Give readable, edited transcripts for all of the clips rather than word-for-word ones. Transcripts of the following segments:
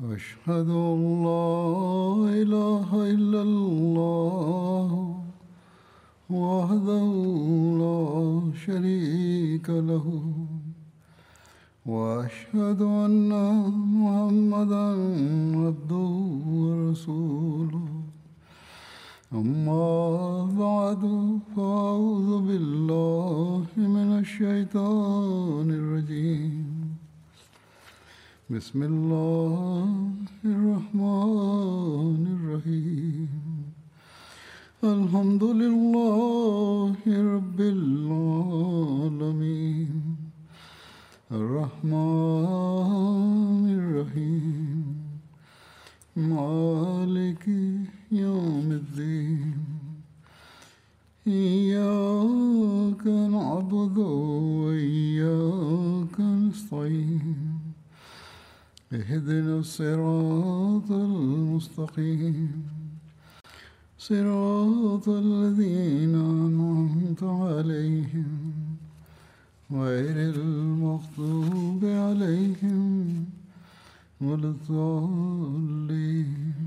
أشهد أن لا إله إلا الله وحده لا شريك له وأشهد أن محمدا عبده ورسوله أما بعد فأعوذ بالله من الشيطان الرجيم بسم الله الرحمن الرحيم الحمد لله رب العالمين الرحمن الرحيم مالك يوم الدين إياك نعبد وإياك نستعين اهدنا الصراط المستقيم صراط الذين أنعمت عليهم غير المغضوب عليهم ولا الضالين.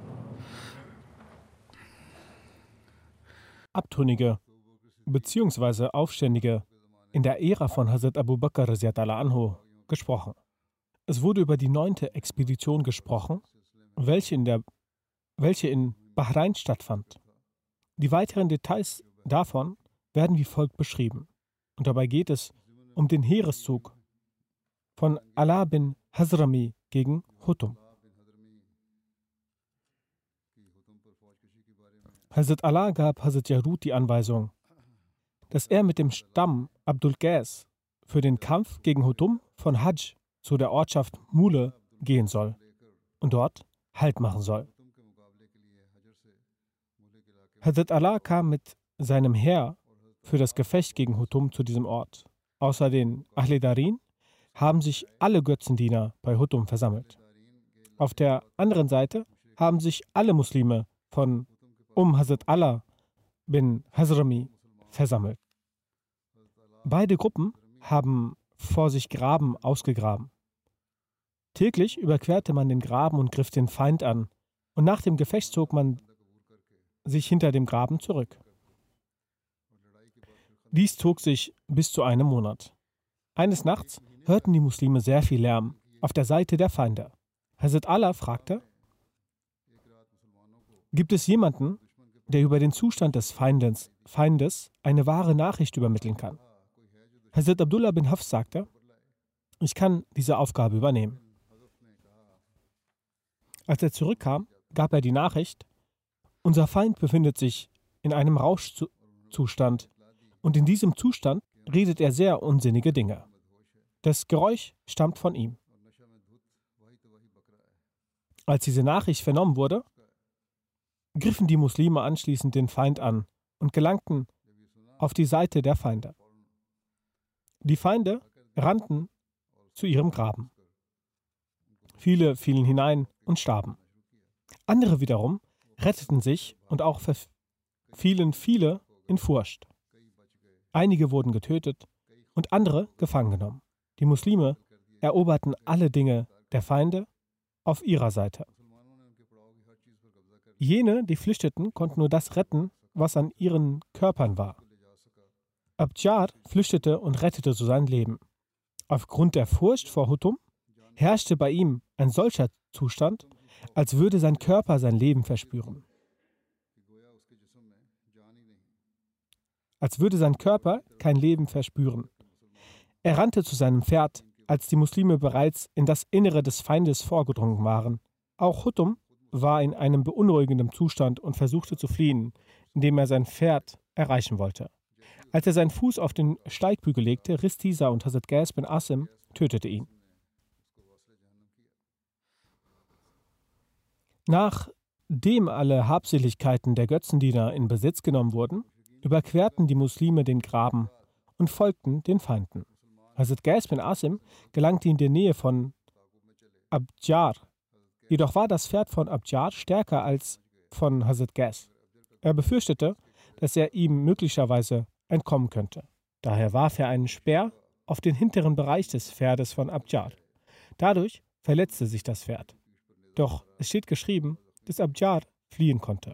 Abtrünnige bzw. Aufständige in der Ära von Hazrat Abu Bakr radiallahu anhu gesprochen. Es wurde über die 9. Expedition gesprochen, welche in Bahrain stattfand. Die weiteren Details davon werden wie folgt beschrieben. Und dabei geht es um den Heereszug von Ala bin Hazrami gegen Hutum. Hazrat Ala gab Hazrat Jarud die Anweisung, dass er mit dem Stamm Abdul Qais für den Kampf gegen Hutum von Hajj zu der Ortschaft Mule gehen soll und dort Halt machen soll. Hazrat Ala kam mit seinem Heer für das Gefecht gegen Hutum zu diesem Ort. Außer den Ahle Darin haben sich alle Götzendiener bei Hutum versammelt. Auf der anderen Seite haben sich alle Muslime von Hazrat Ala bin Hazrami versammelt. Beide Gruppen haben vor sich Graben ausgegraben. Täglich überquerte man den Graben und griff den Feind an, und nach dem Gefecht zog man sich hinter dem Graben zurück. Dies zog sich bis zu einem Monat. Eines Nachts hörten die Muslime sehr viel Lärm auf der Seite der Feinde. Hazrat Ala fragte: Gibt es jemanden, der über den Zustand des Feindes eine wahre Nachricht übermitteln kann? Hazrat Abdullah bin Hafs sagte: Ich kann diese Aufgabe übernehmen. Als er zurückkam, gab er die Nachricht: Unser Feind befindet sich in einem Rauschzustand und in diesem Zustand redet er sehr unsinnige Dinge. Das Geräusch stammt von ihm. Als diese Nachricht vernommen wurde, griffen die Muslime anschließend den Feind an und gelangten auf die Seite der Feinde. Die Feinde rannten zu ihrem Graben. Viele fielen hinein und starben. Andere wiederum retteten sich und auch verfielen viele in Furcht. Einige wurden getötet und andere gefangen genommen. Die Muslime eroberten alle Dinge der Feinde auf ihrer Seite. Jene, die flüchteten, konnten nur das retten, was an ihren Körpern war. Abjar flüchtete und rettete so sein Leben. Aufgrund der Furcht vor Hutum herrschte bei ihm ein solcher Zustand, als würde sein Körper sein Leben verspüren. Als würde sein Körper kein Leben verspüren. Er rannte zu seinem Pferd, als die Muslime bereits in das Innere des Feindes vorgedrungen waren. Auch Hutum war in einem beunruhigenden Zustand und versuchte zu fliehen, indem er sein Pferd erreichen wollte. Als er seinen Fuß auf den Steigbügel legte, riss dieser und Hazrat Qais bin Asim tötete ihn. Nachdem alle Habseligkeiten der Götzendiener in Besitz genommen wurden, überquerten die Muslime den Graben und folgten den Feinden. Hazrat Qais bin Asim gelangte in die Nähe von Abjar. Jedoch war das Pferd von Abjar stärker als von Hazrat Qais. Er befürchtete, dass er ihm möglicherweise entkommen könnte. Daher warf er einen Speer auf den hinteren Bereich des Pferdes von Abjar. Dadurch verletzte sich das Pferd. Doch es steht geschrieben, dass Abjar fliehen konnte.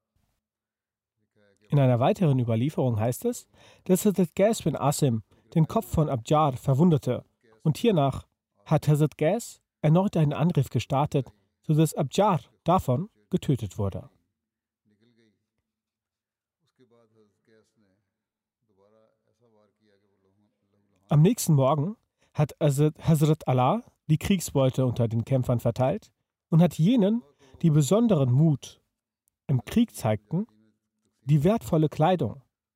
In einer weiteren Überlieferung heißt es, dass Hazrat Qais bin Asim den Kopf von Abjar verwundete und hiernach hat Hazrat Qais erneut einen Angriff gestartet, sodass Abjar davon getötet wurde. Am nächsten Morgen hat Hazrat Allah die Kriegsbeute unter den Kämpfern verteilt und hat jenen, die besonderen Mut im Krieg zeigten, die wertvolle Kleidung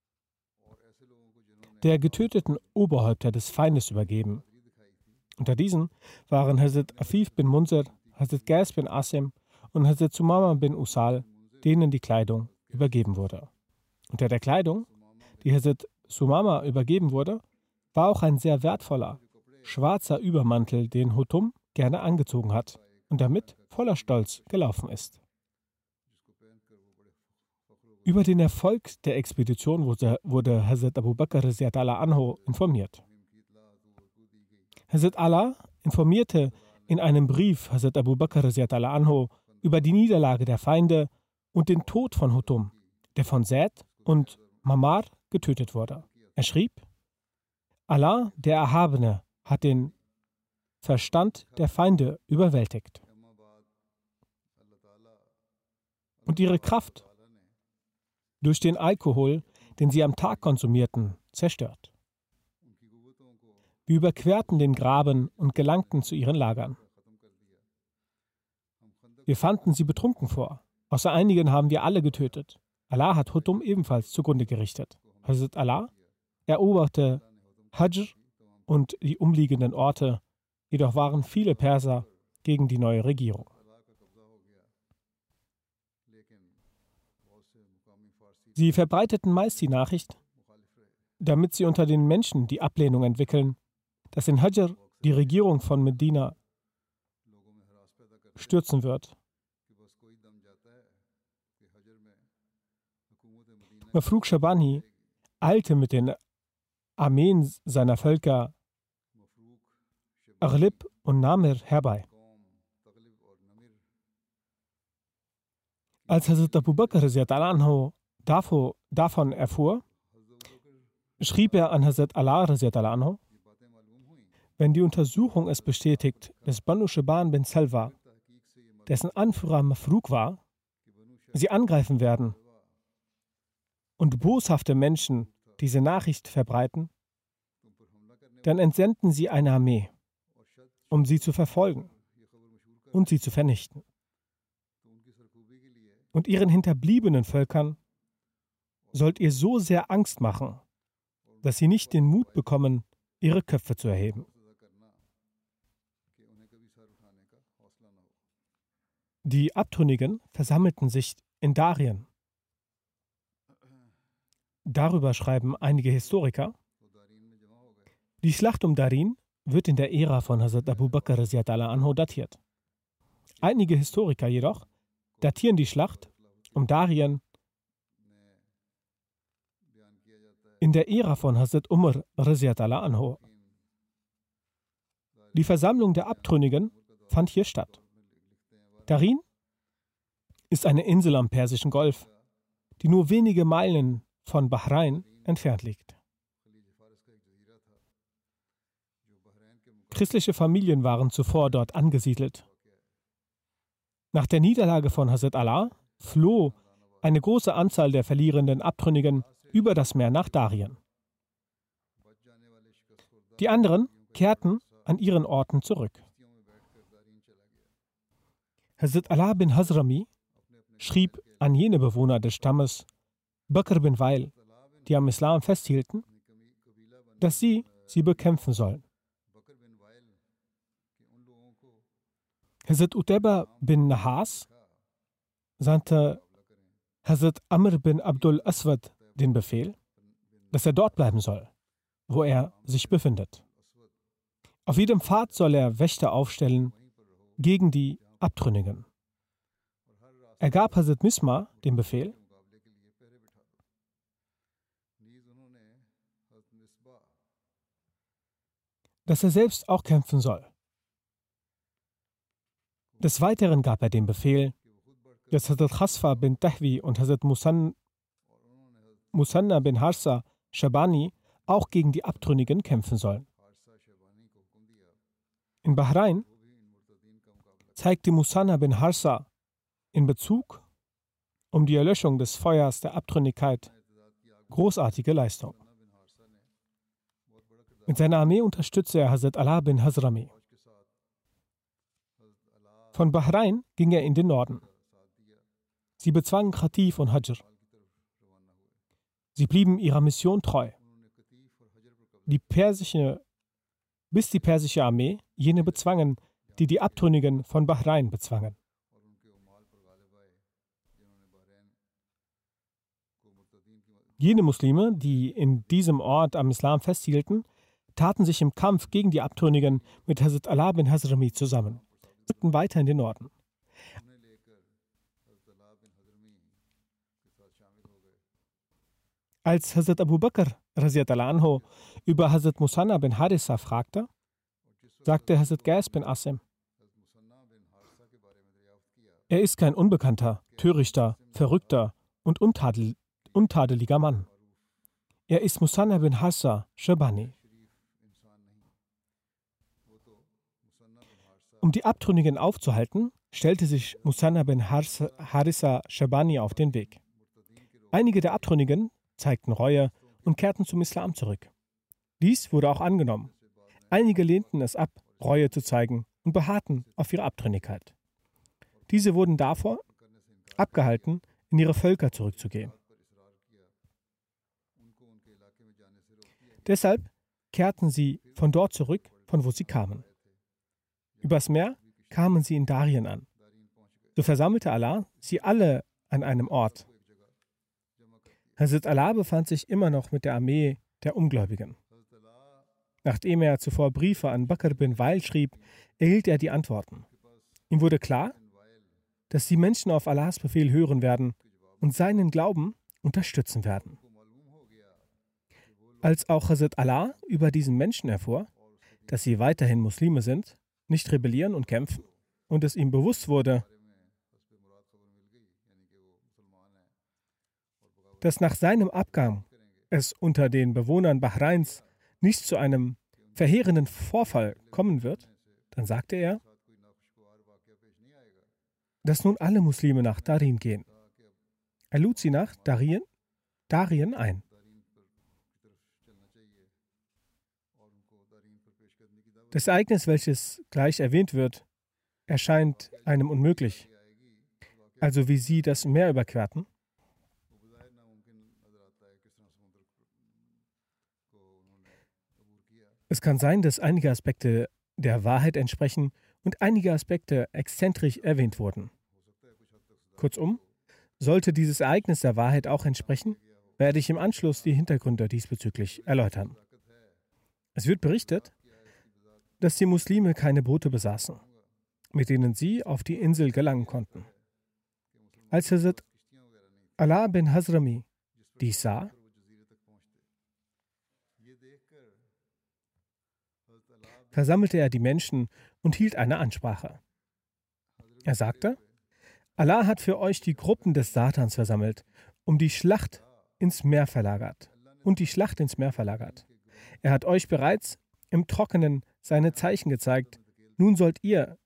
der getöteten Oberhäupter des Feindes übergeben. Unter diesen waren Hazrat Afif bin Munzir, Hazrat Qais bin Asim und Hazrat Sumama bin Usal, denen die Kleidung übergeben wurde. Unter der Kleidung, die Hazrat Sumama übergeben wurde, war auch ein sehr wertvoller, schwarzer Übermantel, den Hutum gerne angezogen hat und damit voller Stolz gelaufen ist. Über den Erfolg der Expedition wurde Hazrat Abu Bakr radiallahu anhu informiert. Hazrat Allah informierte in einem Brief Hazrat Abu Bakr radiallahu anhu über die Niederlage der Feinde und den Tod von Hutum, der von Zaid und Mamar getötet wurde. Er schrieb: Allah, der Erhabene, hat den Verstand der Feinde überwältigt und ihre Kraft durch den Alkohol, den sie am Tag konsumierten, zerstört. Wir überquerten den Graben und gelangten zu ihren Lagern. Wir fanden sie betrunken vor. Außer einigen haben wir alle getötet. Allah hat Hutum ebenfalls zugrunde gerichtet. Hazrat Allah eroberte Hajr und die umliegenden Orte, jedoch waren viele Perser gegen die neue Regierung. Sie verbreiteten meist die Nachricht, damit sie unter den Menschen die Ablehnung entwickeln, dass in Hajr die Regierung von Medina stürzen wird. Mafruk Shabani eilte mit den Armeen seiner Völker Aghlib und Namir herbei. Als Hazrat Abu Bakr radiallahu anhu davon erfuhr, schrieb er an Hazrat Allah radiallahu anhu: Wenn die Untersuchung es bestätigt, dass Banu Shaban bin Salwa, dessen Anführer Mafruk war, sie angreifen werden und boshafte Menschen diese Nachricht verbreiten, dann entsenden sie eine Armee, um sie zu verfolgen und sie zu vernichten. Und ihren hinterbliebenen Völkern sollt ihr so sehr Angst machen, dass sie nicht den Mut bekommen, ihre Köpfe zu erheben. Die Abtrünnigen versammelten sich in Darien. Darüber schreiben einige Historiker: Die Schlacht um Darin wird in der Ära von Hazrat Abu Bakr radiallahu anhu datiert. Einige Historiker jedoch datieren die Schlacht um Darien in der Ära von Hazrat Umar radiallahu anhu. Die Versammlung der Abtrünnigen fand hier statt. Darin ist eine Insel am Persischen Golf, die nur wenige Meilen von Bahrain entfernt liegt. Christliche Familien waren zuvor dort angesiedelt. Nach der Niederlage von Hazrat Allah floh eine große Anzahl der verlierenden Abtrünnigen über das Meer nach Darien. Die anderen kehrten an ihren Orten zurück. Hazrat Allah bin Hazrami schrieb an jene Bewohner des Stammes Bakr bin Wail, die am Islam festhielten, dass sie bekämpfen sollen. Hazrat Utaiba bin Nahas sandte Hazrat Amr bin Abdul Aswad den Befehl, dass er dort bleiben soll, wo er sich befindet. Auf jedem Pfad soll er Wächter aufstellen gegen die Abtrünnigen. Er gab Hazrat Misma den Befehl, dass er selbst auch kämpfen soll. Des Weiteren gab er den Befehl, dass Hazrat Khasfa bin Tahwi und Hazrat Musanna bin Harsa Shabani auch gegen die Abtrünnigen kämpfen sollen. In Bahrain zeigte Musanna bin Harsa in Bezug um die Erlöschung des Feuers der Abtrünnigkeit großartige Leistung. Mit seiner Armee unterstützte er Hazrat Ala bin Hazrami. Von Bahrain ging er in den Norden. Sie bezwangen Khatif und Hajr. Sie blieben ihrer Mission treu. Bis die persische Armee jene bezwangen, die die Abtrünnigen von Bahrain bezwangen. Jene Muslime, die in diesem Ort am Islam festhielten, taten sich im Kampf gegen die Abtrünnigen mit Hazrat Ala bin Hazrami zusammen, rückten weiter in den Norden. Als Hazrat Abu Bakr anhu über Hazrat Musanna bin Harisa fragte, sagte Hazrat Qais bin Asim, er ist kein unbekannter, törichter, verrückter und untadeliger Mann. Er ist Musanna bin Harsa Shabani. Um die Abtrünnigen aufzuhalten, stellte sich Musanna bin Harisa Shabani auf den Weg. Einige der Abtrünnigen zeigten Reue und kehrten zum Islam zurück. Dies wurde auch angenommen. Einige lehnten es ab, Reue zu zeigen und beharrten auf ihre Abtrünnigkeit. Diese wurden davor abgehalten, in ihre Völker zurückzugehen. Deshalb kehrten sie von dort zurück, von wo sie kamen. Übers Meer kamen sie in Darien an. So versammelte Allah sie alle an einem Ort. Hazrat Ala befand sich immer noch mit der Armee der Ungläubigen. Nachdem er zuvor Briefe an Bakr bin Wail schrieb, erhielt er die Antworten. Ihm wurde klar, dass die Menschen auf Allahs Befehl hören werden und seinen Glauben unterstützen werden. Als auch Hazrat Ala über diesen Menschen erfuhr, dass sie weiterhin Muslime sind, nicht rebellieren und kämpfen, und es ihm bewusst wurde, dass nach seinem Abgang es unter den Bewohnern Bahrains nicht zu einem verheerenden Vorfall kommen wird, dann sagte er, dass nun alle Muslime nach Darien gehen. Er lud sie nach Darien ein. Das Ereignis, welches gleich erwähnt wird, erscheint einem unmöglich. Also wie sie das Meer überquerten. Es kann sein, dass einige Aspekte der Wahrheit entsprechen und einige Aspekte exzentrisch erwähnt wurden. Kurzum, sollte dieses Ereignis der Wahrheit auch entsprechen, werde ich im Anschluss die Hintergründe diesbezüglich erläutern. Es wird berichtet, dass die Muslime keine Boote besaßen, mit denen sie auf die Insel gelangen konnten. Als Hazrat Ala bin Hazrami dies sah, versammelte er die Menschen und hielt eine Ansprache. Er sagte, Allah hat für euch die Gruppen des Satans versammelt, die Schlacht ins Meer verlagert. Er hat euch bereits im Trockenen seine Zeichen gezeigt. Nun sollt ihr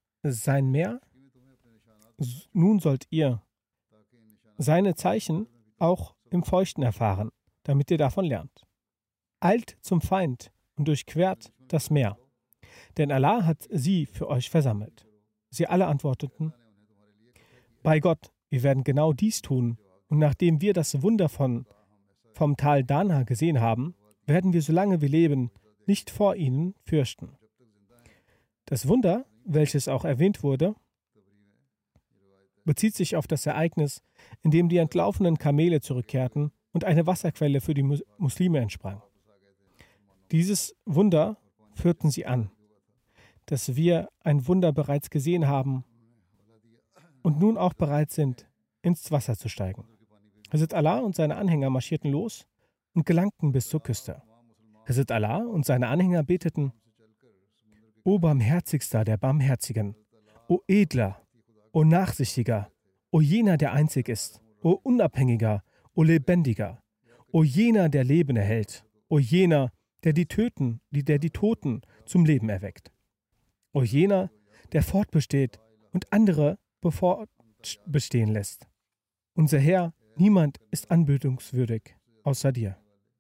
seine Zeichen auch im Feuchten erfahren, damit ihr davon lernt. Eilt zum Feind und durchquert das Meer, denn Allah hat sie für euch versammelt. Sie alle antworteten, bei Gott, wir werden genau dies tun, und nachdem wir das Wunder vom Tal Dana gesehen haben, werden wir, solange wir leben, nicht vor ihnen fürchten. Das Wunder, welches auch erwähnt wurde, bezieht sich auf das Ereignis, in dem die entlaufenen Kamele zurückkehrten und eine Wasserquelle für die Muslime entsprang. Dieses Wunder führten sie an, dass wir ein Wunder bereits gesehen haben und nun auch bereit sind, ins Wasser zu steigen. Hazrat Ala und seine Anhänger marschierten los und gelangten bis zur Küste. Hazrat Ala und seine Anhänger beteten, O Barmherzigster der Barmherzigen, O Edler O Nachsichtiger, O jener, der einzig ist, O Unabhängiger, O Lebendiger, O jener, der Leben erhält, O jener, der die Toten zum Leben erweckt, O jener, der fortbesteht und andere bestehen lässt. Unser Herr, niemand ist anbetungswürdig außer dir.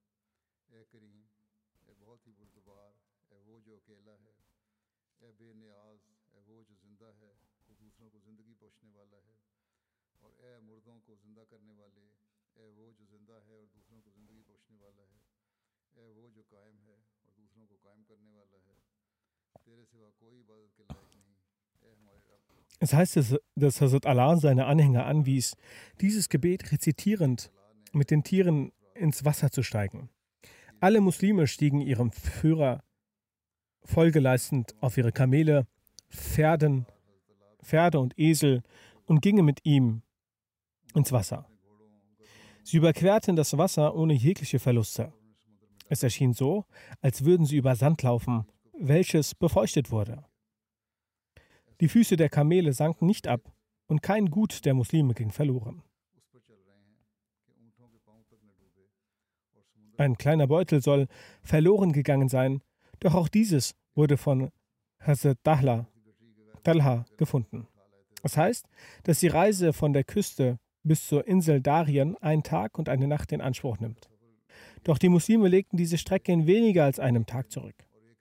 Es heißt, dass Hazrat Allah seine Anhänger anwies, dieses Gebet rezitierend mit den Tieren ins Wasser zu steigen. Alle Muslime stiegen ihrem Führer Folge leistend auf ihre Kamele, Pferde und Esel und gingen mit ihm ins Wasser. Sie überquerten das Wasser ohne jegliche Verluste. Es erschien so, als würden sie über Sand laufen, welches befeuchtet wurde. Die Füße der Kamele sanken nicht ab und kein Gut der Muslime ging verloren. Ein kleiner Beutel soll verloren gegangen sein, doch auch dieses wurde von Hazrat Talha gefunden. Das heißt, dass die Reise von der Küste bis zur Insel Darien einen Tag und eine Nacht in Anspruch nimmt. Doch die Muslime legten diese Strecke in weniger als einem Tag zurück.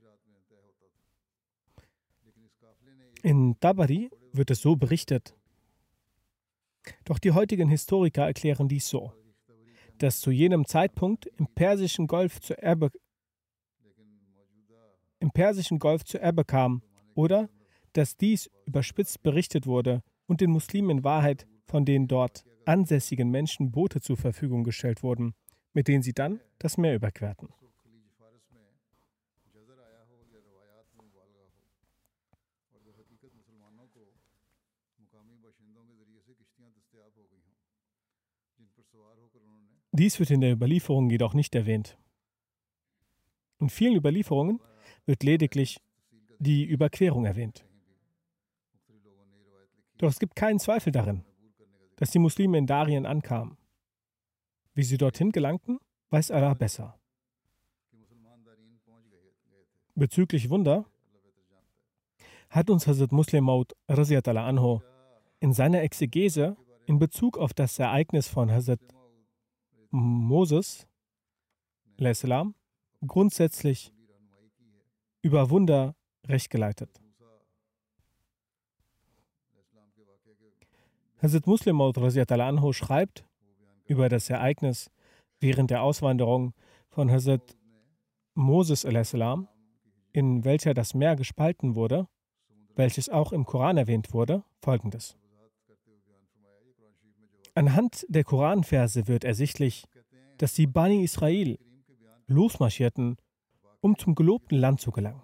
In Tabari wird es so berichtet. Doch die heutigen Historiker erklären dies so, dass zu jenem Zeitpunkt im Persischen Golf zur Ebbe kam oder dass dies überspitzt berichtet wurde und den Muslimen in Wahrheit von den dort ansässigen Menschen Boote zur Verfügung gestellt wurden, mit denen sie dann das Meer überquerten. Dies wird in der Überlieferung jedoch nicht erwähnt. In vielen Überlieferungen wird lediglich die Überquerung erwähnt. Doch es gibt keinen Zweifel darin, dass die Muslime in Darien ankamen. Wie sie dorthin gelangten, weiß Allah besser. Bezüglich Wunder hat uns Hazrat Muslim Maud Radhiyallahu anhu in seiner Exegese in Bezug auf das Ereignis von Hazrat Moses a.s. grundsätzlich über Wunder recht geleitet. Hazrat Muslim Maud Radhiyallahu anhu schreibt über das Ereignis während der Auswanderung von Hazrat Moses a.s., in welcher das Meer gespalten wurde, welches auch im Koran erwähnt wurde, folgendes. Anhand der Koranverse wird ersichtlich, dass die Bani Israel losmarschierten, um zum gelobten Land zu gelangen.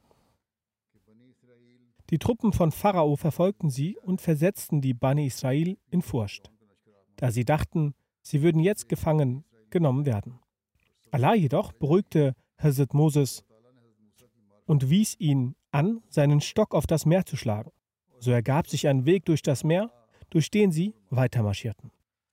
Die Truppen von Pharao verfolgten sie und versetzten die Bani Israel in Furcht, da sie dachten, sie würden jetzt gefangen genommen werden. Allah jedoch beruhigte Hazrat Moses und wies ihn an, seinen Stock auf das Meer zu schlagen. So ergab sich ein Weg durch das Meer, durch den sie weitermarschierten.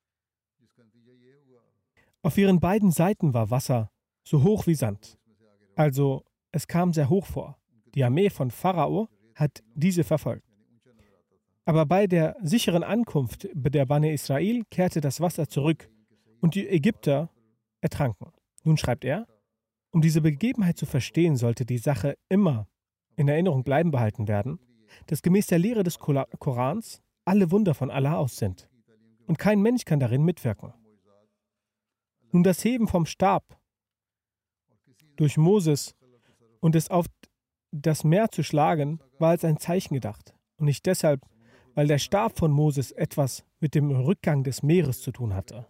Auf ihren beiden Seiten war Wasser, so hoch wie Sand. Also es kam sehr hoch vor. Die Armee von Pharao hat diese verfolgt. Aber bei der sicheren Ankunft der Bani Israel kehrte das Wasser zurück und die Ägypter ertranken. Nun schreibt er, um diese Begebenheit zu verstehen, sollte die Sache immer in Erinnerung bleiben behalten werden, dass gemäß der Lehre des Korans alle Wunder von Allah aus sind und kein Mensch kann darin mitwirken. Nun das Heben vom Stab durch Moses und es auf das Meer zu schlagen, war als ein Zeichen gedacht und nicht deshalb, weil der Stab von Moses etwas mit dem Rückgang des Meeres zu tun hatte.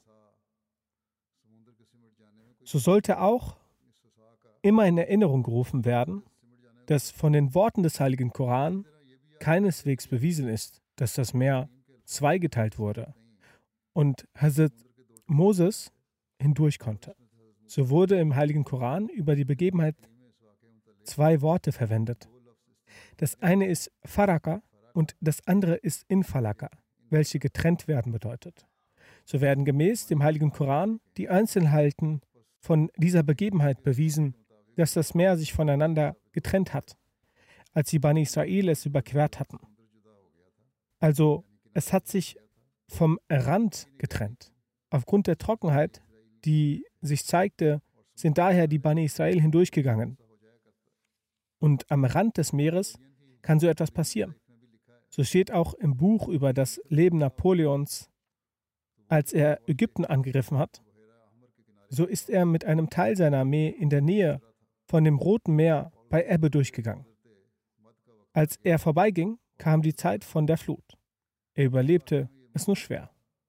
So sollte auch immer in Erinnerung gerufen werden, dass von den Worten des Heiligen Koran keineswegs bewiesen ist, dass das Meer zweigeteilt wurde und Hazrat Moses hindurch konnte. So wurde im Heiligen Koran über die Begebenheit zwei Worte verwendet. Das eine ist Faraka und das andere ist Infalaka, welche getrennt werden bedeutet. So werden gemäß dem Heiligen Koran die Einzelheiten von dieser Begebenheit bewiesen, dass das Meer sich voneinander getrennt hat, als die Bani Israel es überquert hatten. Also es hat sich vom Rand getrennt. Aufgrund der Trockenheit, die sich zeigte, sind daher die Bani Israel hindurchgegangen. Und am Rand des Meeres kann so etwas passieren. So steht auch im Buch über das Leben Napoleons, als er Ägypten angegriffen hat. So ist er mit einem Teil seiner Armee in der Nähe von dem Roten Meer bei Ebbe durchgegangen. Als er vorbeiging, kam die Zeit von der Flut. Er überlebte es nur schwer.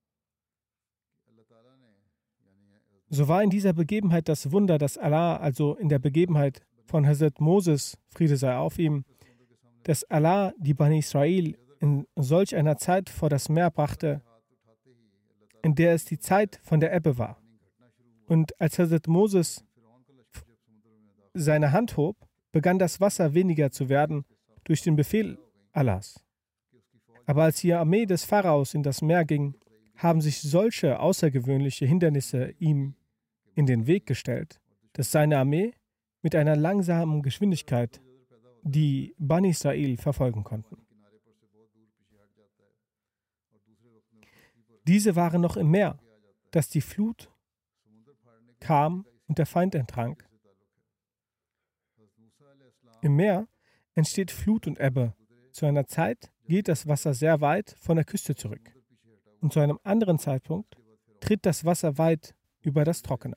So war in dieser Begebenheit das Wunder, dass Allah, also in der Begebenheit von Hazrat Moses, Friede sei auf ihm, dass Allah die Bani Israel in solch einer Zeit vor das Meer brachte, in der es die Zeit von der Ebbe war. Und als Hazrat Moses seine Hand hob, begann das Wasser weniger zu werden durch den Befehl Allahs. Aber als die Armee des Pharaos in das Meer ging, haben sich solche außergewöhnliche Hindernisse ihm in den Weg gestellt, dass seine Armee mit einer langsamen Geschwindigkeit die Bani Israel verfolgen konnten. Diese waren noch im Meer, dass die Flut kam und der Feind enttrank. Im Meer entsteht Flut und Ebbe. Zu einer Zeit geht das Wasser sehr weit von der Küste zurück. Und zu einem anderen Zeitpunkt tritt das Wasser weit über das Trockene.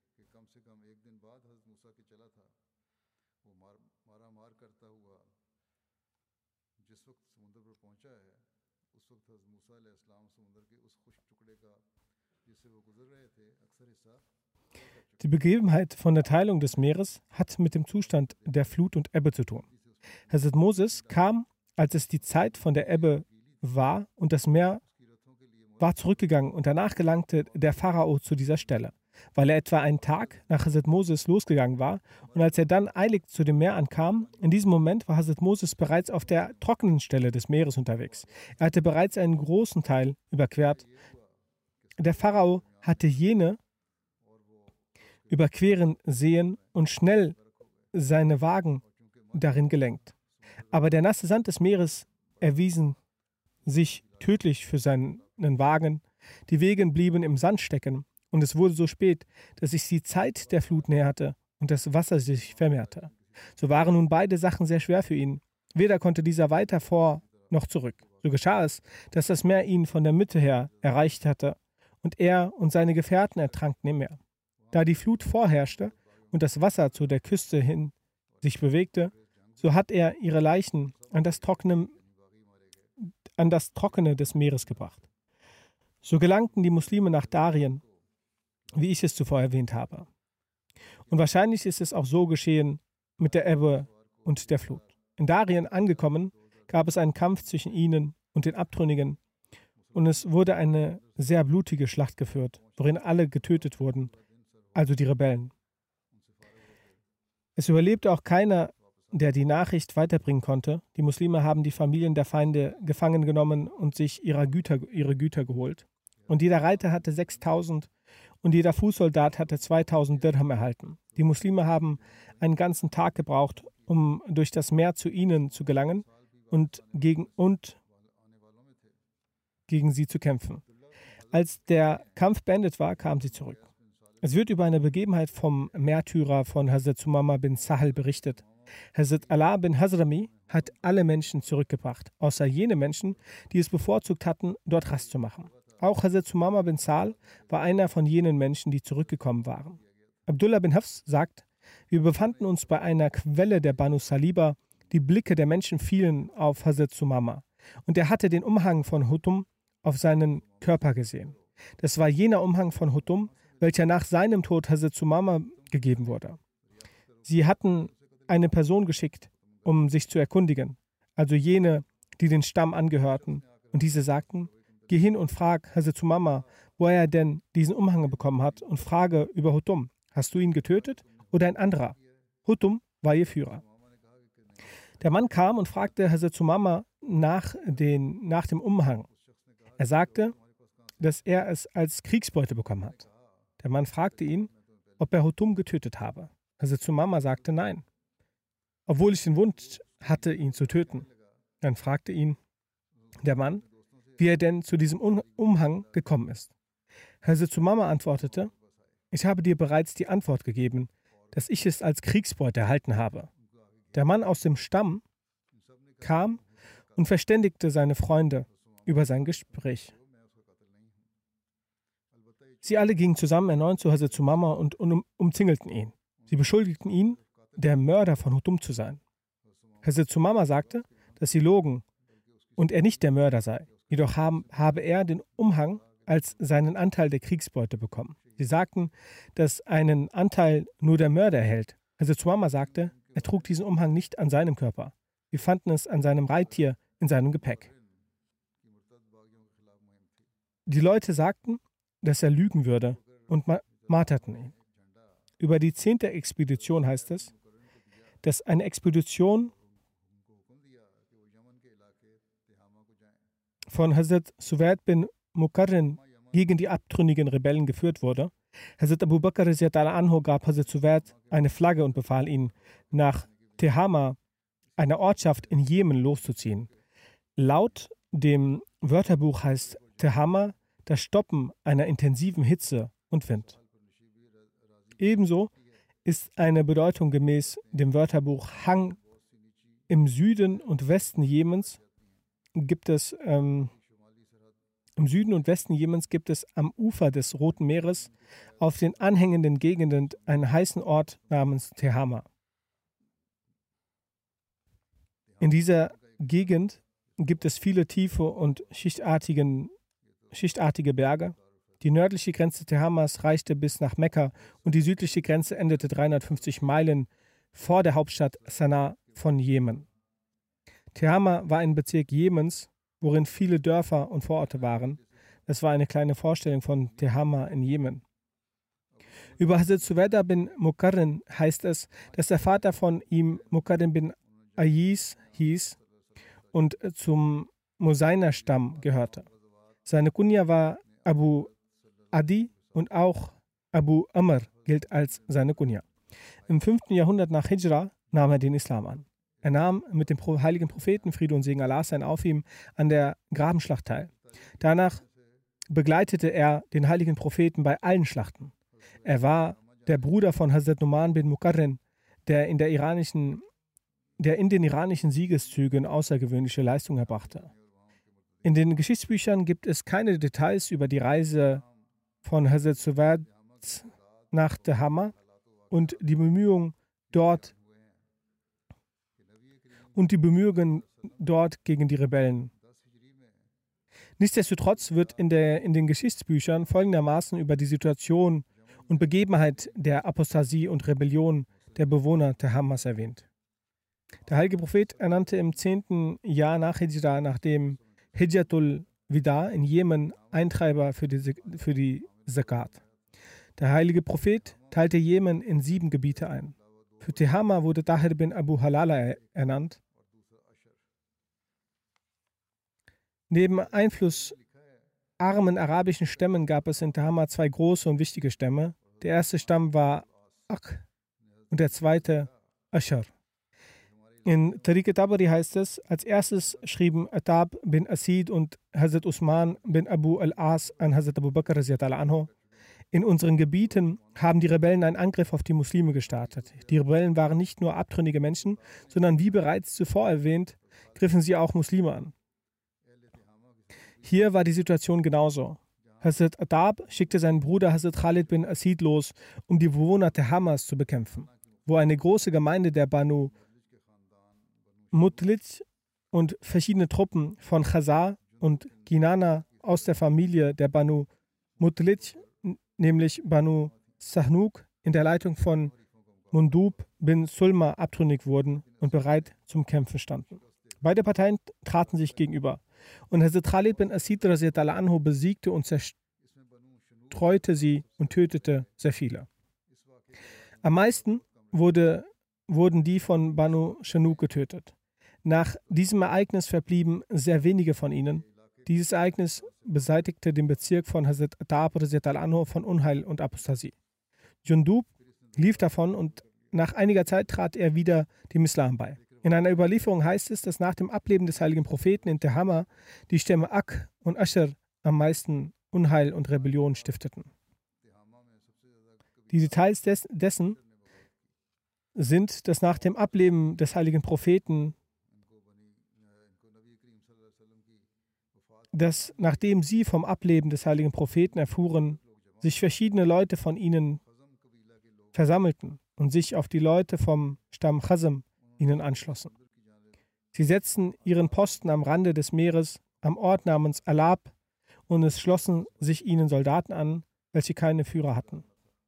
Die Begebenheit von der Teilung des Meeres hat mit dem Zustand der Flut und Ebbe zu tun. Hazrat Moses kam, als es die Zeit von der Ebbe war und das Meer war zurückgegangen und danach gelangte der Pharao zu dieser Stelle, weil er etwa einen Tag nach Hazrat Moses losgegangen war und als er dann eilig zu dem Meer ankam, in diesem Moment war Hazrat Moses bereits auf der trockenen Stelle des Meeres unterwegs. Er hatte bereits einen großen Teil überquert. Der Pharao hatte jene überqueren sehen und schnell seine Wagen darin gelenkt. Aber der nasse Sand des Meeres erwiesen sich tödlich für seinen Wagen. Die Wege blieben im Sand stecken und es wurde so spät, dass sich die Zeit der Flut näherte und das Wasser sich vermehrte. So waren nun beide Sachen sehr schwer für ihn. Weder konnte dieser weiter vor noch zurück. So geschah es, dass das Meer ihn von der Mitte her erreicht hatte und er und seine Gefährten ertranken im Meer. Da die Flut vorherrschte und das Wasser zu der Küste hin sich bewegte, so hat er ihre Leichen an das Trockene des Meeres gebracht. So gelangten die Muslime nach Darien, wie ich es zuvor erwähnt habe. Und wahrscheinlich ist es auch so geschehen mit der Ebbe und der Flut. In Darien angekommen, gab es einen Kampf zwischen ihnen und den Abtrünnigen und es wurde eine sehr blutige Schlacht geführt, worin alle getötet wurden, also die Rebellen. Es überlebte auch keiner, der die Nachricht weiterbringen konnte. Die Muslime haben die Familien der Feinde gefangen genommen und sich ihre Güter geholt. Und jeder Reiter hatte 6.000 und jeder Fußsoldat hatte 2.000 Dirham erhalten. Die Muslime haben einen ganzen Tag gebraucht, um durch das Meer zu ihnen zu gelangen und gegen sie zu kämpfen. Als der Kampf beendet war, kamen sie zurück. Es wird über eine Begebenheit vom Märtyrer von Hazrat Sumama bin Sahal berichtet. Hazrat Ala bin Hazrami hat alle Menschen zurückgebracht, außer jene Menschen, die es bevorzugt hatten, dort Rast zu machen. Auch Hazrat Sumama bin Sahal war einer von jenen Menschen, die zurückgekommen waren. Abdullah bin Hafs sagt, wir befanden uns bei einer Quelle der Banu Saliba, die Blicke der Menschen fielen auf Hazrat Sumama und er hatte den Umhang von Hutum auf seinen Körper gesehen. Das war jener Umhang von Hutum, welcher nach seinem Tod Hazrat Sumama gegeben wurde. Sie hatten eine Person geschickt, um sich zu erkundigen, also jene, die den Stamm angehörten. Und diese sagten, geh hin und frag Hazrat Sumama, wo er denn diesen Umhang bekommen hat und frage über Hutum. Hast du ihn getötet oder ein anderer? Hutum war ihr Führer. Der Mann kam und fragte Hazrat Sumama, nach dem Umhang. Er sagte, dass er es als Kriegsbeute bekommen hat. Der Mann fragte ihn, ob er Hutum getötet habe. Hazrat Sumama sagte nein, obwohl ich den Wunsch hatte, ihn zu töten. Dann fragte ihn der Mann, wie er denn zu diesem Umhang gekommen ist. Hazrat Sumama antwortete, ich habe dir bereits die Antwort gegeben, dass ich es als Kriegsbeute erhalten habe. Der Mann aus dem Stamm kam und verständigte seine Freunde über sein Gespräch. Sie alle gingen zusammen erneut zu Hazrat Sumama und umzingelten ihn. Sie beschuldigten ihn, der Mörder von Hutum zu sein. Hazrat Sumama sagte, dass sie logen und er nicht der Mörder sei. Jedoch habe er den Umhang als seinen Anteil der Kriegsbeute bekommen. Sie sagten, dass einen Anteil nur der Mörder erhält. Hazrat Sumama sagte, er trug diesen Umhang nicht an seinem Körper. Wir fanden es an seinem Reittier in seinem Gepäck. Die Leute sagten, dass er lügen würde und marterten ihn. Über die 10. Expedition heißt es, dass eine Expedition von Hazrat Suwaid bin Mukarrin gegen die abtrünnigen Rebellen geführt wurde. Hazrat Abu Bakr anhu gab Hazrat Suwaid eine Flagge und befahl ihn, nach Tehama, einer Ortschaft in Jemen, loszuziehen. Laut dem Wörterbuch heißt Tehama das Stoppen einer intensiven Hitze und Wind. Ebenso ist eine Bedeutung gemäß dem Wörterbuch Hang. Im Süden und Westen Jemens gibt es am Ufer des Roten Meeres auf den anhängenden Gegenden einen heißen Ort namens Tehama. In dieser Gegend gibt es viele tiefe und schichtartige Berge. Die nördliche Grenze Tehamas reichte bis nach Mekka und die südliche Grenze endete 350 Meilen vor der Hauptstadt Sanaa von Jemen. Tehama war ein Bezirk Jemens, worin viele Dörfer und Vororte waren. Das war eine kleine Vorstellung von Tehama in Jemen. Über Hazrat Suwaid bin Mukarrin heißt es, dass der Vater von ihm Mukarrin bin Ayis hieß und zum Musainer-Stamm gehörte. Seine Kunya war Abu Adi und auch Abu Amr gilt als seine Kunya. Im 5. Jahrhundert nach Hijra nahm er den Islam an. Er nahm mit dem heiligen Propheten, Friede und Segen Allah sein auf ihm, an der Grabenschlacht teil. Danach begleitete er den heiligen Propheten bei allen Schlachten. Er war der Bruder von Hazrat Numan bin Mukarrin, der in den iranischen Siegeszügen außergewöhnliche Leistungen erbrachte. In den Geschichtsbüchern gibt es keine Details über die Reise von Hazrat Suwaid nach Tehama und die Bemühungen dort gegen die Rebellen. Nichtsdestotrotz wird in den Geschichtsbüchern folgendermaßen über die Situation und Begebenheit der Apostasie und Rebellion der Bewohner Tehamas erwähnt. Der heilige Prophet ernannte im 10. Jahr nach Hijra, nachdem Hijjatul Wida in Jemen Eintreiber für die Zakat. Der heilige Prophet teilte Jemen in 7 Gebiete ein. Für Tehama wurde Tahir bin Abu Halala ernannt. Neben einflussarmen arabischen Stämmen gab es in Tehama 2 große und wichtige Stämme. Der erste Stamm war Ak und der zweite Ashar. In Tariq Tabari heißt es, als erstes schrieben Atab bin Asid und Hazrat Usman bin Abu al-As an Hazrat Abu Bakr anhu. In unseren Gebieten haben die Rebellen einen Angriff auf die Muslime gestartet. Die Rebellen waren nicht nur abtrünnige Menschen, sondern wie bereits zuvor erwähnt, griffen sie auch Muslime an. Hier war die Situation genauso. Hazrat Atab schickte seinen Bruder Hazrat Khalid bin Asid los, um die Bewohner Tehamas zu bekämpfen, wo eine große Gemeinde der Banu Mutlij und verschiedene Truppen von Khazar und Kinana aus der Familie der Banu Mutlij, nämlich Banu Sahnuk, in der Leitung von Mundub bin Sulma abtrünnig wurden und bereit zum Kämpfen standen. Beide Parteien traten sich gegenüber und Hazrat Khalid bin Asid anhu besiegte und zerstreute sie und tötete sehr viele. Am meisten wurden die von Banu Shanuk getötet. Nach diesem Ereignis verblieben sehr wenige von ihnen. Dieses Ereignis beseitigte den Bezirk von Hazrat Attab anhu von Unheil und Apostasie. Jundub lief davon und nach einiger Zeit trat er wieder dem Islam bei. In einer Überlieferung heißt es, dass nach dem Ableben des heiligen Propheten in Tehama die Stämme Ak und Ascher am meisten Unheil und Rebellion stifteten. Die Details dessen sind, dass nach dem Ableben des heiligen Propheten, dass nachdem sie vom Ableben des heiligen Propheten erfuhren, sich verschiedene Leute von ihnen versammelten und sich auf die Leute vom Stamm Chasm ihnen anschlossen. Sie setzten ihren Posten am Rande des Meeres, am Ort namens Alab, und es schlossen sich ihnen Soldaten an, welche keine Führer hatten.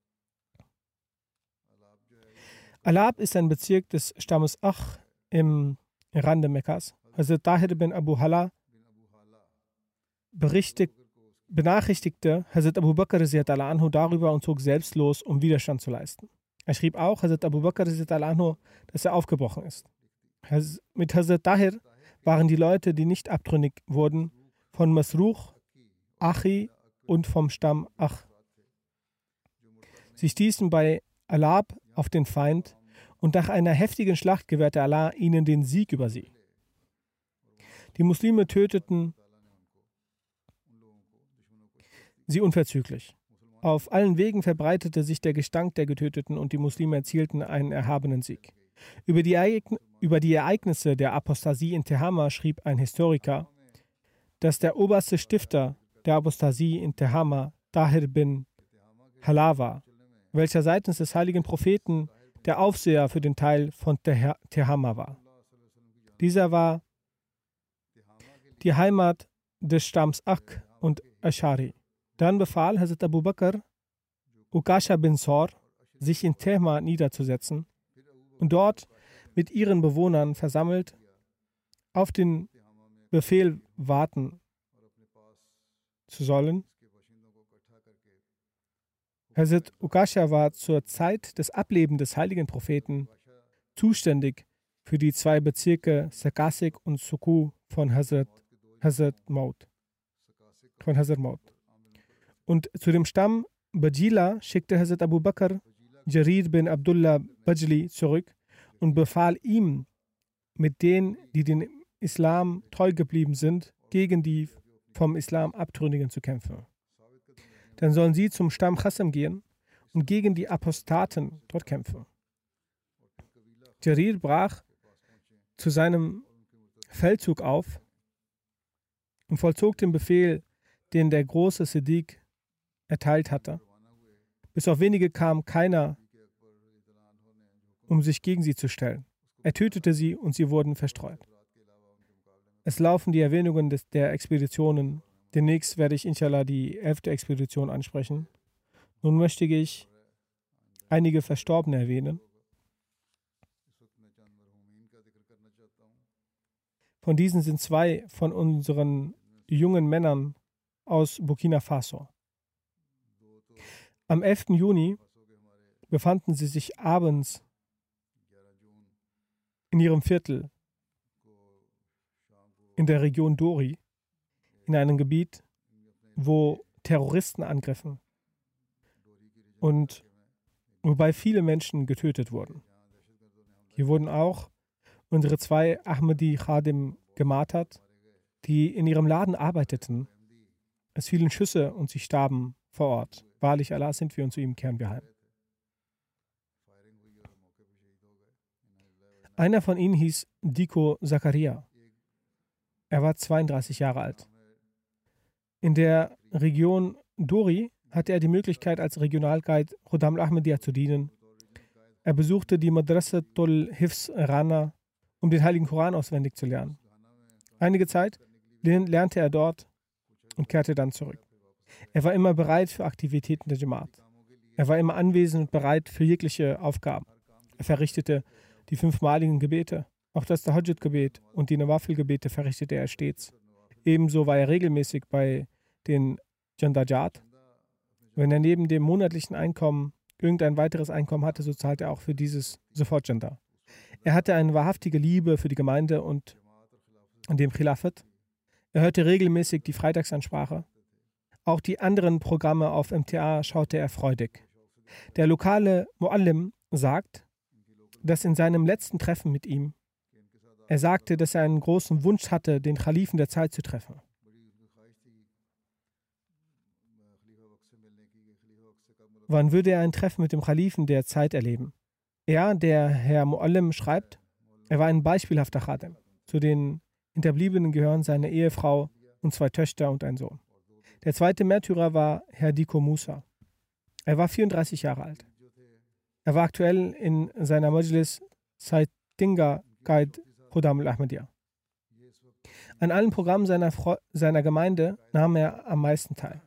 Alab ist ein Bezirk des Stammes Ach im Rande Mekkas. Hazrat Tahir bin Abu Hala benachrichtigte Hazrat Abu Bakr anhu darüber und zog selbst los, um Widerstand zu leisten. Er schrieb auch Hazrat Abu Bakr anhu, dass er aufgebrochen ist. Mit Hazrat Tahir waren die Leute, die nicht abtrünnig wurden, von Masruch, Achi und vom Stamm Ach. Sie stießen bei Alab auf den Feind und nach einer heftigen Schlacht gewährte Allah ihnen den Sieg über sie. Die Muslime töteten sie unverzüglich. Auf allen Wegen verbreitete sich der Gestank der Getöteten und die Muslime erzielten einen erhabenen Sieg. Über die Ereignisse der Apostasie in Tehama schrieb ein Historiker, dass der oberste Stifter der Apostasie in Tehama Tahir bin Hala war, welcher seitens des heiligen Propheten der Aufseher für den Teil von Tehama war. Dieser war die Heimat des Stamms Ak und Ashari. Dann befahl Hazrat Abu Bakr, Ukasha bin Sor, sich in Tehma niederzusetzen und dort mit ihren Bewohnern versammelt auf den Befehl warten zu sollen. Hazrat Ukasha war zur Zeit des Ablebens des heiligen Propheten zuständig für die 2 Bezirke Sakasik und Suku von Hazrat Maud. Und zu dem Stamm Bajila schickte Hazrat Abu Bakr Jarir bin Abdullah Bajli zurück und befahl ihm, mit denen, die dem Islam treu geblieben sind, gegen die vom Islam Abtrünnigen zu kämpfen. Dann sollen sie zum Stamm Chasm gehen und gegen die Apostaten dort kämpfen. Jarir brach zu seinem Feldzug auf und vollzog den Befehl, den der große Siddiq erteilt hatte. Bis auf wenige kam keiner, um sich gegen sie zu stellen. Er tötete sie und sie wurden verstreut. Es laufen die Erwähnungen der Expeditionen. Demnächst werde ich inshallah die 11. Expedition ansprechen. Nun möchte ich einige Verstorbene erwähnen. Von diesen sind 2 von unseren jungen Männern aus Burkina Faso. Am 11. Juni befanden sie sich abends in ihrem Viertel in der Region Dori, in einem Gebiet, wo Terroristen angriffen und wobei viele Menschen getötet wurden. Hier wurden auch unsere 2 Ahmadi Khadim gemartert, die in ihrem Laden arbeiteten. Es fielen Schüsse und sie starben vor Ort. Wahrlich, Allah sind wir und zu ihm kehren wir heim. Einer von ihnen hieß Diko Zakaria. Er war 32 Jahre alt. In der Region Dori hatte er die Möglichkeit, als Regionalguide Khuddam al-Ahmadiyya zu dienen. Er besuchte die Madrasatul Hifz Rana, um den Heiligen Koran auswendig zu lernen. Einige Zeit lernte er dort und kehrte dann zurück. Er war immer bereit für Aktivitäten der Jamaat. Er war immer anwesend und bereit für jegliche Aufgaben. Er verrichtete die 5-maligen Gebete, auch das Tahajjud-Gebet und die Nawafil-Gebete verrichtete er stets. Ebenso war er regelmäßig bei den Jandajat. Wenn er neben dem monatlichen Einkommen irgendein weiteres Einkommen hatte, so zahlte er auch für dieses sofort Janda. Er hatte eine wahrhaftige Liebe für die Gemeinde und dem Khilafat. Er hörte regelmäßig die Freitagsansprache. Auch die anderen Programme auf MTA schaute er freudig. Der lokale Muallim sagt, dass in seinem letzten Treffen mit ihm, er sagte, dass er einen großen Wunsch hatte, den Khalifen der Zeit zu treffen. Wann würde er ein Treffen mit dem Khalifen der Zeit erleben? Er, der Herr Muallim, schreibt, er war ein beispielhafter Khadim. Zu den Hinterbliebenen gehören seine Ehefrau und 2 Töchter und ein Sohn. Der zweite Märtyrer war Herr Diko Musa. Er war 34 Jahre alt. Er war aktuell in seiner Majlis Saitinga Qaid Khuddam al-Ahmadiyya. An allen Programmen seiner Gemeinde nahm er am meisten teil.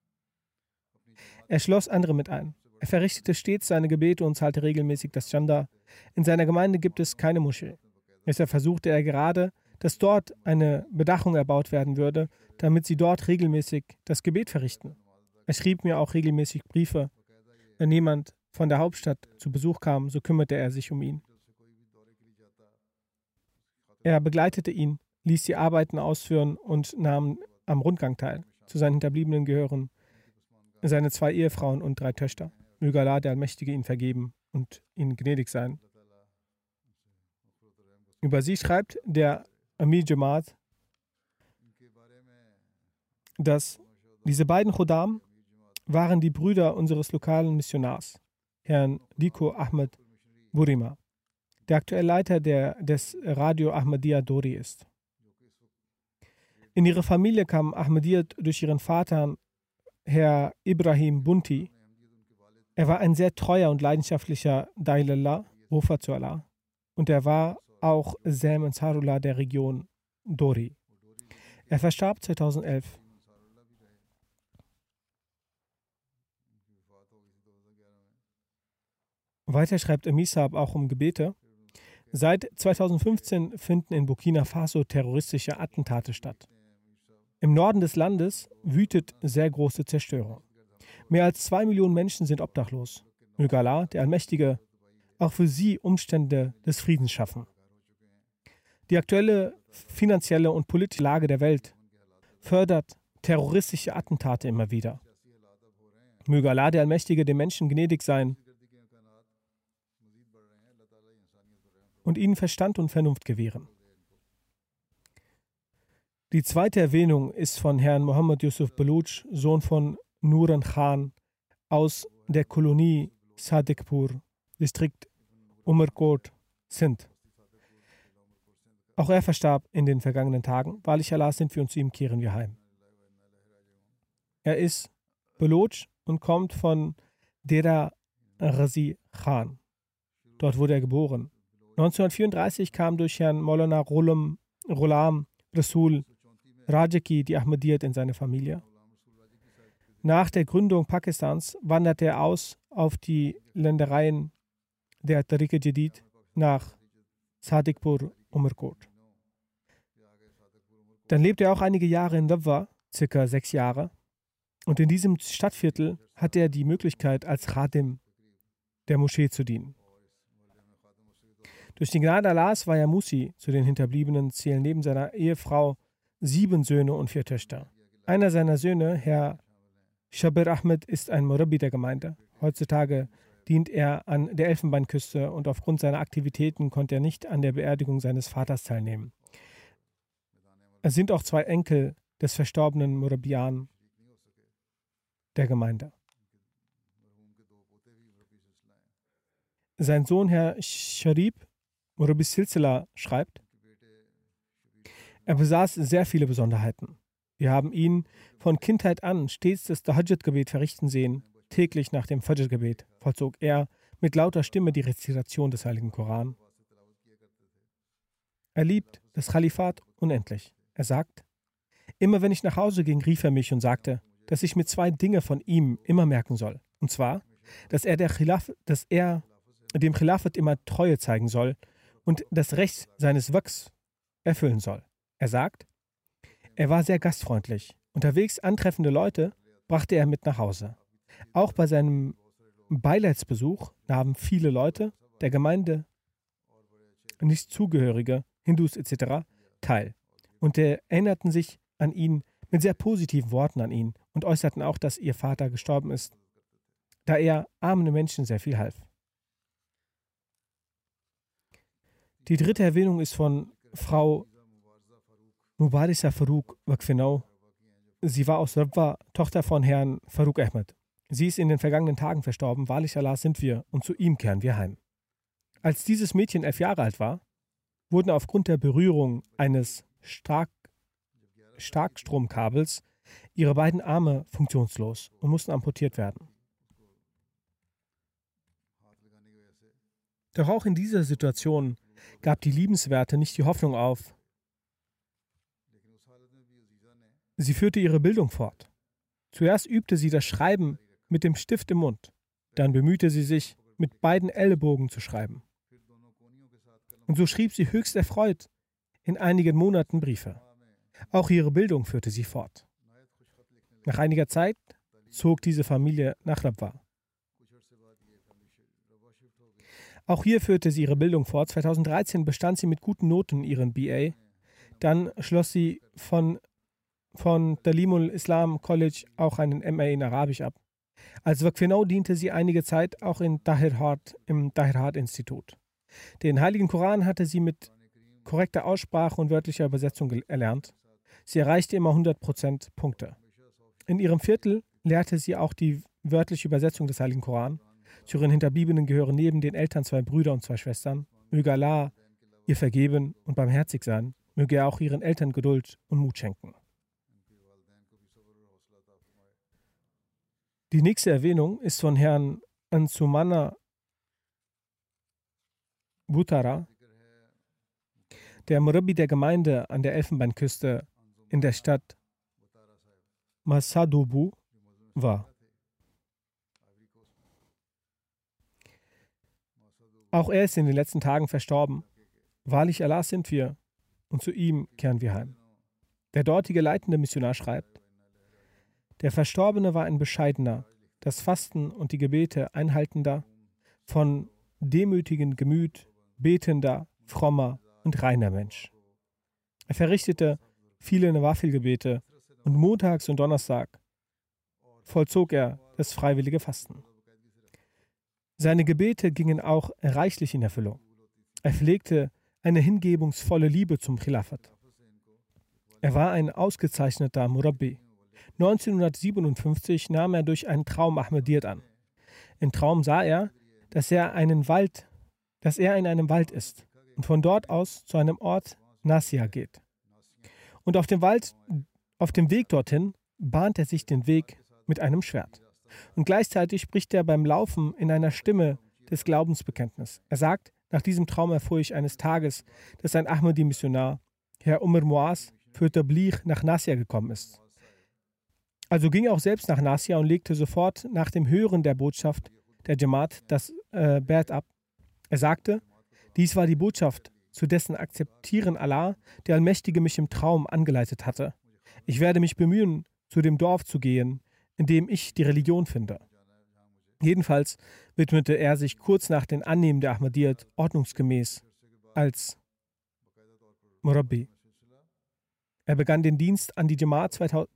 Er schloss andere mit ein. Er verrichtete stets seine Gebete und zahlte regelmäßig das Chanda. In seiner Gemeinde gibt es keine Moschee. Deshalb versuchte er gerade, dass dort eine Bedachung erbaut werden würde, damit sie dort regelmäßig das Gebet verrichten. Er schrieb mir auch regelmäßig Briefe. Wenn jemand von der Hauptstadt zu Besuch kam, so kümmerte er sich um ihn. Er begleitete ihn, ließ die Arbeiten ausführen und nahm am Rundgang teil. Zu seinen Hinterbliebenen gehören seine 2 Ehefrauen und 3 Töchter. Möge Allah, der Allmächtige, ihn vergeben und ihnen gnädig sein. Über sie schreibt der Amir Jamaat, dass diese beiden Khuddam waren die Brüder unseres lokalen Missionars, Herrn Diko Ahmed Burima, der aktuell Leiter des Radio Ahmadiyya Dori ist. In ihre Familie kam Ahmadiyyat durch ihren Vater, Herr Ibrahim Bunti. Er war ein sehr treuer und leidenschaftlicher Dailallah, Rufer zu Allah. Und er war auch Sam Ansarullah der Region Dori. Er verstarb 2011. Weiter schreibt Amisab auch um Gebete. Seit 2015 finden in Burkina Faso terroristische Attentate statt. Im Norden des Landes wütet sehr große Zerstörung. Mehr als 2 Millionen Menschen sind obdachlos. Möge Allah, der Allmächtige, auch für sie Umstände des Friedens schaffen. Die aktuelle finanzielle und politische Lage der Welt fördert terroristische Attentate immer wieder. Möge Allah, der Allmächtige, den Menschen gnädig sein und ihnen Verstand und Vernunft gewähren. Die zweite Erwähnung ist von Herrn Mohammed Yusuf Baluch, Sohn von Nuran Khan aus der Kolonie Sadikpur, Distrikt Umerkot, Sindh. Auch er verstarb in den vergangenen Tagen. Wahrlich Allah, sind wir und zu ihm kehren wir heim. Er ist Baluch und kommt von Dera Ghazi Khan. Dort wurde er geboren. 1934 kam durch Herrn Maulana Ghulam Rasul Rajaki die Ahmadiyyat in seine Familie. Nach der Gründung Pakistans wanderte er aus auf die Ländereien der Tariqa Jadid nach Sadikpur Umerkot. Dann lebte er auch einige Jahre in Dabwa, circa 6 Jahre. Und in diesem Stadtviertel hatte er die Möglichkeit, als Khadim der Moschee zu dienen. Durch die Gnade Allahs war er Musi. Zu den Hinterbliebenen zählen neben seiner Ehefrau 7 Söhne und 4 Töchter. Einer seiner Söhne, Herr Shabir Ahmed, ist ein Murabbi der Gemeinde. Heutzutage dient er an der Elfenbeinküste und aufgrund seiner Aktivitäten konnte er nicht an der Beerdigung seines Vaters teilnehmen. Es sind auch 2 Enkel des verstorbenen Murabbian der Gemeinde. Sein Sohn, Herr Sharif Murabbi Silsila, schreibt, er besaß sehr viele Besonderheiten. Wir haben ihn von Kindheit an stets das Tahajjud-Gebet verrichten sehen. Täglich nach dem Fajr-Gebet vollzog er mit lauter Stimme die Rezitation des Heiligen Koran. Er liebt das Khalifat unendlich. Er sagt, immer wenn ich nach Hause ging, rief er mich und sagte, dass ich mir 2 Dinge von ihm immer merken soll. Und zwar, dass er dem Khilafat immer Treue zeigen soll und das Recht seines Waqfs erfüllen soll. Er sagt, er war sehr gastfreundlich. Unterwegs antreffende Leute brachte er mit nach Hause. Auch bei seinem Beileidsbesuch nahmen viele Leute der Gemeinde Nichtzugehörige, Hindus etc. teil und erinnerten sich an ihn mit sehr positiven Worten an ihn und äußerten auch, dass ihr Vater gestorben ist, da er armen Menschen sehr viel half. Die dritte Erwähnung ist von Frau Mubarisa Farooq Waqfinau. Sie war aus Rabwa, Tochter von Herrn Farooq Ahmed. Sie ist in den vergangenen Tagen verstorben. Wahrlich Allah sind wir und zu ihm kehren wir heim. Als dieses Mädchen 11 Jahre alt war, wurden aufgrund der Berührung eines Starkstromkabels ihre beiden Arme funktionslos und mussten amputiert werden. Doch auch in dieser Situation gab die Liebenswerte nicht die Hoffnung auf. Sie führte ihre Bildung fort. Zuerst übte sie das Schreiben mit dem Stift im Mund. Dann bemühte sie sich, mit beiden Ellenbogen zu schreiben. Und so schrieb sie höchst erfreut in einigen Monaten Briefe. Auch ihre Bildung führte sie fort. Nach einiger Zeit zog diese Familie nach Rabwa. Auch hier führte sie ihre Bildung fort. 2013 bestand sie mit guten Noten ihren BA. Dann schloss sie von Talimul Islam College auch einen MA in Arabisch ab. Als Waqfinau diente sie einige Zeit auch im Tahir Hart Institut. Den Heiligen Koran hatte sie mit korrekter Aussprache und wörtlicher Übersetzung erlernt. Sie erreichte immer 100% Punkte. In ihrem Viertel lehrte sie auch die wörtliche Übersetzung des Heiligen Koran. Zu ihren Hinterbliebenen gehören neben den Eltern 2 Brüder und 2 Schwestern. Möge Allah ihr vergeben und barmherzig sein. Möge er auch ihren Eltern Geduld und Mut schenken. Die nächste Erwähnung ist von Herrn Ansumana Butara, der Murabbi der Gemeinde an der Elfenbeinküste in der Stadt Masadubu war. Auch er ist in den letzten Tagen verstorben. Wahrlich Allah sind wir und zu ihm kehren wir heim. Der dortige leitende Missionar schreibt: Der Verstorbene war ein bescheidener, das Fasten und die Gebete einhaltender, von demütigem Gemüt, betender, frommer und reiner Mensch. Er verrichtete viele Nawafil-Gebete und montags und Donnerstag vollzog er das freiwillige Fasten. Seine Gebete gingen auch reichlich in Erfüllung. Er pflegte eine hingebungsvolle Liebe zum Khilafat. Er war ein ausgezeichneter Murabbi. 1957 nahm er durch einen Traum Ahmadiyyat an. Im Traum sah er, dass er in einem Wald ist und von dort aus zu einem Ort Nasia geht. Und auf dem Weg dorthin bahnt er sich den Weg mit einem Schwert. Und gleichzeitig spricht er beim Laufen in einer Stimme des Glaubensbekenntnisses. Er sagt: Nach diesem Traum erfuhr ich eines Tages, dass ein Ahmadi-Missionar, Herr Umar Muaz, für Tabligh nach Nasia gekommen ist. Also ging er auch selbst nach Nasia und legte sofort nach dem Hören der Botschaft der Jamaat das Bert ab. Er sagte: Dies war die Botschaft, zu dessen Akzeptieren Allah, der Allmächtige, mich im Traum angeleitet hatte. Ich werde mich bemühen, zu dem Dorf zu gehen, in dem ich die Religion finde. Jedenfalls widmete er sich kurz nach dem Annehmen der Ahmadiyyat ordnungsgemäß als Murabbi. Er begann den Dienst an die Jamaat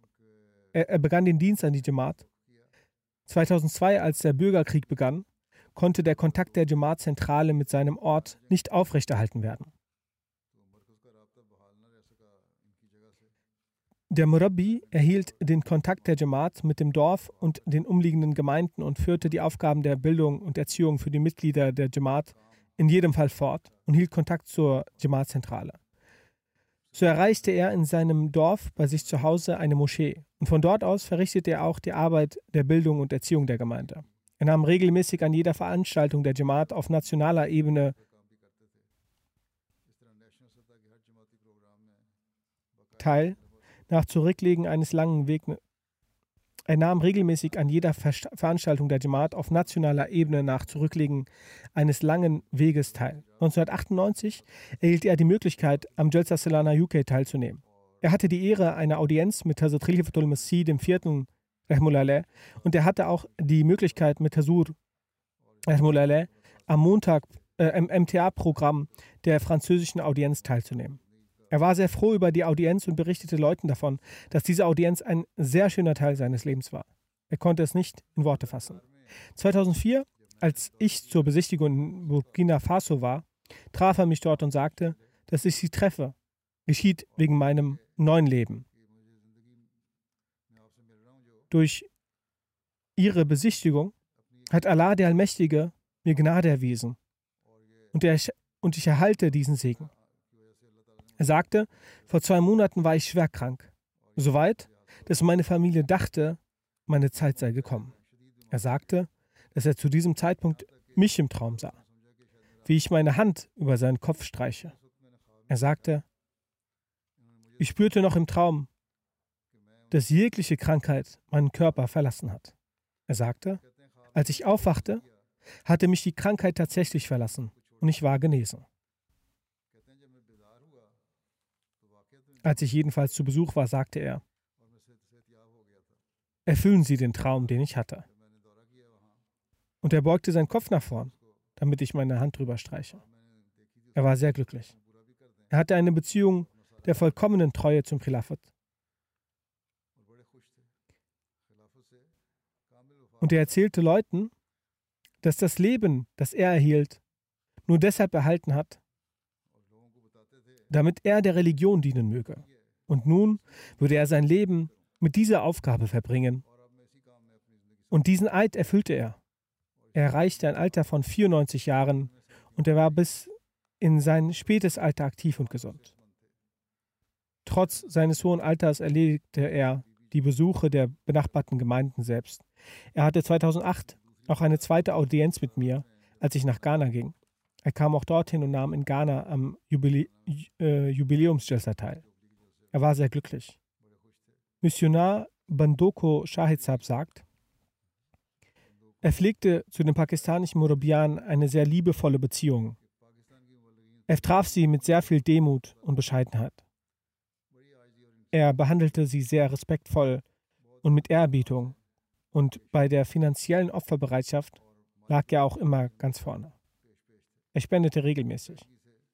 2002, als der Bürgerkrieg begann, konnte der Kontakt der Jamaat-Zentrale mit seinem Ort nicht aufrechterhalten werden. Der Murabbi erhielt den Kontakt der Jamaat mit dem Dorf und den umliegenden Gemeinden und führte die Aufgaben der Bildung und Erziehung für die Mitglieder der Jamaat in jedem Fall fort und hielt Kontakt zur Jamaat-Zentrale. So erreichte er in seinem Dorf bei sich zu Hause eine Moschee und von dort aus verrichtete er auch die Arbeit der Bildung und Erziehung der Gemeinde. Er nahm regelmäßig an jeder Veranstaltung der Jamaat auf nationaler Ebene teil. Nach Zurücklegen eines langen Weges. Er nahm regelmäßig an jeder Veranstaltung der Jamaat auf nationaler Ebene nach Zurücklegen eines langen Weges teil. 1998 erhielt er die Möglichkeit, am Jalsa Salana UK teilzunehmen. Er hatte die Ehre einer Audienz mit Hazrat Khalifatul Masih IV. Rahimahullah, und er hatte auch die Möglichkeit, mit Hazur Rahimahullah am Montag MTA-Programm der französischen Audienz teilzunehmen. Er war sehr froh über die Audienz und berichtete Leuten davon, dass diese Audienz ein sehr schöner Teil seines Lebens war. Er konnte es nicht in Worte fassen. 2004, als ich zur Besichtigung in Burkina Faso war, traf er mich dort und sagte, dass ich sie treffe. Geschieht wegen meinem neuen Leben. Durch ihre Besichtigung hat Allah der Allmächtige mir Gnade erwiesen und ich erhalte diesen Segen. Er sagte, vor 2 Monaten war ich schwer krank, soweit, dass meine Familie dachte, meine Zeit sei gekommen. Er sagte, dass er zu diesem Zeitpunkt mich im Traum sah, wie ich meine Hand über seinen Kopf streiche. Er sagte, ich spürte noch im Traum, dass jegliche Krankheit meinen Körper verlassen hat. Er sagte, als ich aufwachte, hatte mich die Krankheit tatsächlich verlassen und ich war genesen. Als ich jedenfalls zu Besuch war, sagte er, erfüllen Sie den Traum, den ich hatte. Und er beugte seinen Kopf nach vorn, damit ich meine Hand drüber streiche. Er war sehr glücklich. Er hatte eine Beziehung der vollkommenen Treue zum Khilafat. Und er erzählte Leuten, dass das Leben, das er erhielt, nur deshalb erhalten hat, damit er der Religion dienen möge. Und nun würde er sein Leben mit dieser Aufgabe verbringen. Und diesen Eid erfüllte er. Er erreichte ein Alter von 94 Jahren und er war bis in sein spätes Alter aktiv und gesund. Trotz seines hohen Alters erledigte er die Besuche der benachbarten Gemeinden selbst. Er hatte 2008 auch eine zweite Audienz mit mir, als ich nach Ghana ging. Er kam auch dorthin und nahm in Ghana am Jubiläumsjalsa teil. Er war sehr glücklich. Missionar Bandoko Shahid-Sahib sagt, er pflegte zu den pakistanischen Murabian eine sehr liebevolle Beziehung. Er traf sie mit sehr viel Demut und Bescheidenheit. Er behandelte sie sehr respektvoll und mit Ehrerbietung. Und bei der finanziellen Opferbereitschaft lag er auch immer ganz vorne. Er spendete regelmäßig.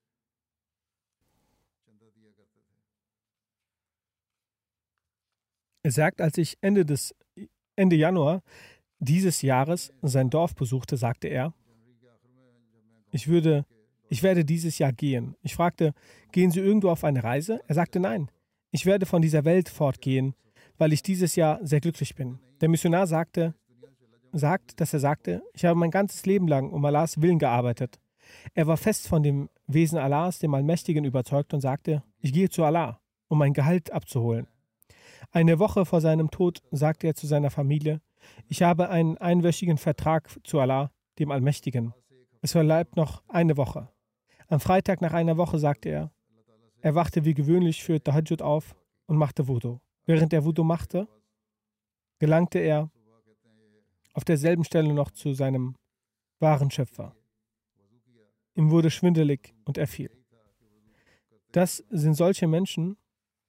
Er sagt, als ich Ende Januar dieses Jahres sein Dorf besuchte, sagte er, ich werde dieses Jahr gehen. Ich fragte, gehen Sie irgendwo auf eine Reise? Er sagte, nein, ich werde von dieser Welt fortgehen, weil ich dieses Jahr sehr glücklich bin. Der Missionar sagt, dass er sagte, ich habe mein ganzes Leben lang um Allahs Willen gearbeitet. Er war fest von dem Wesen Allahs, dem Allmächtigen, überzeugt und sagte, ich gehe zu Allah, um mein Gehalt abzuholen. Eine Woche vor seinem Tod sagte er zu seiner Familie, ich habe einen einwöchigen Vertrag zu Allah, dem Allmächtigen. Es verbleibt noch eine Woche. Am Freitag nach einer Woche sagte er wachte wie gewöhnlich für Tahajjud auf und machte Wudu. Während er Wudu machte, gelangte er auf derselben Stelle noch zu seinem wahren Schöpfer. Ihm wurde schwindelig und er fiel. Das sind solche Menschen,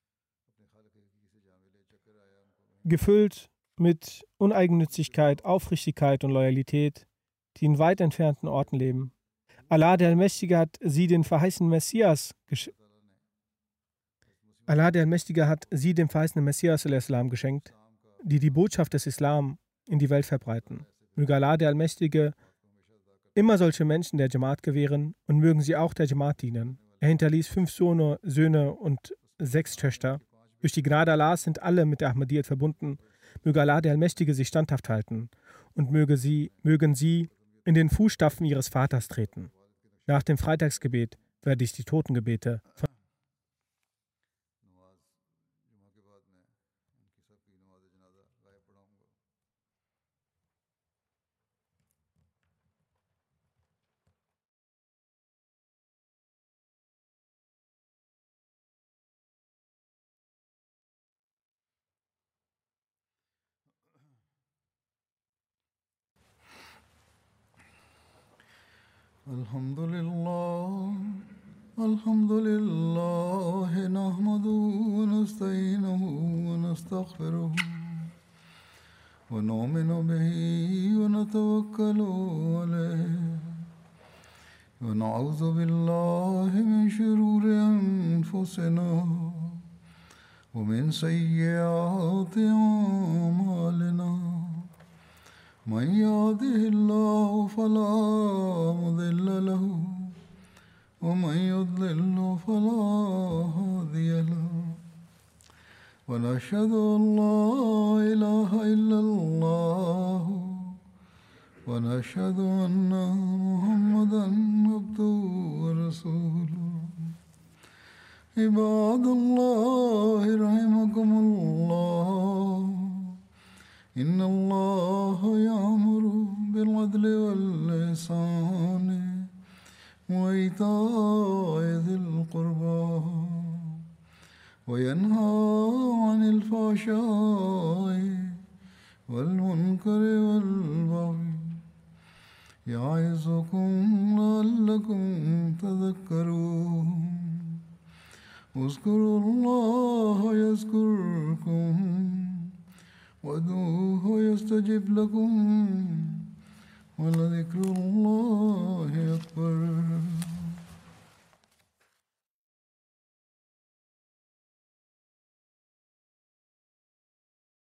gefüllt mit Uneigennützigkeit, Aufrichtigkeit und Loyalität, die in weit entfernten Orten leben. Allah der Allmächtige hat sie dem verheißenen Messias geschenkt, die die Botschaft des Islam in die Welt verbreiten. Möge Allah der Allmächtige immer solche Menschen der Jamaat gewähren und mögen sie auch der Jamaat dienen. Er hinterließ 5 Söhne und 6 Töchter. Durch die Gnade Allahs sind alle mit der Ahmadiyyat verbunden. Möge Allah der Allmächtige sie standhaft halten und mögen sie in den Fußstapfen ihres Vaters treten. Nach dem Freitagsgebet werde ich die Totengebete von الحمد لله نحمده ونستعينه ونستغفره ونؤمن به ونتوكل عليه ونعوذ بالله من شرور أنفسنا ومن سيئات أعمالنا من يهده الله فلا مضل له ومن يضلل فلا هادي له ونشهد أن لا إله إلا الله ونشهد أن محمدا عبده ورسوله عباد الله رحمكم الله إن الله يأمر بالعدل والإحسان وإيتاء ذي القربى وينهى عن الفحشاء والمنكر والبغي يعظكم لعلكم تذكرون اذكروا الله يذكركم وادعوه يستجب لكم ولذكر الله أكبر.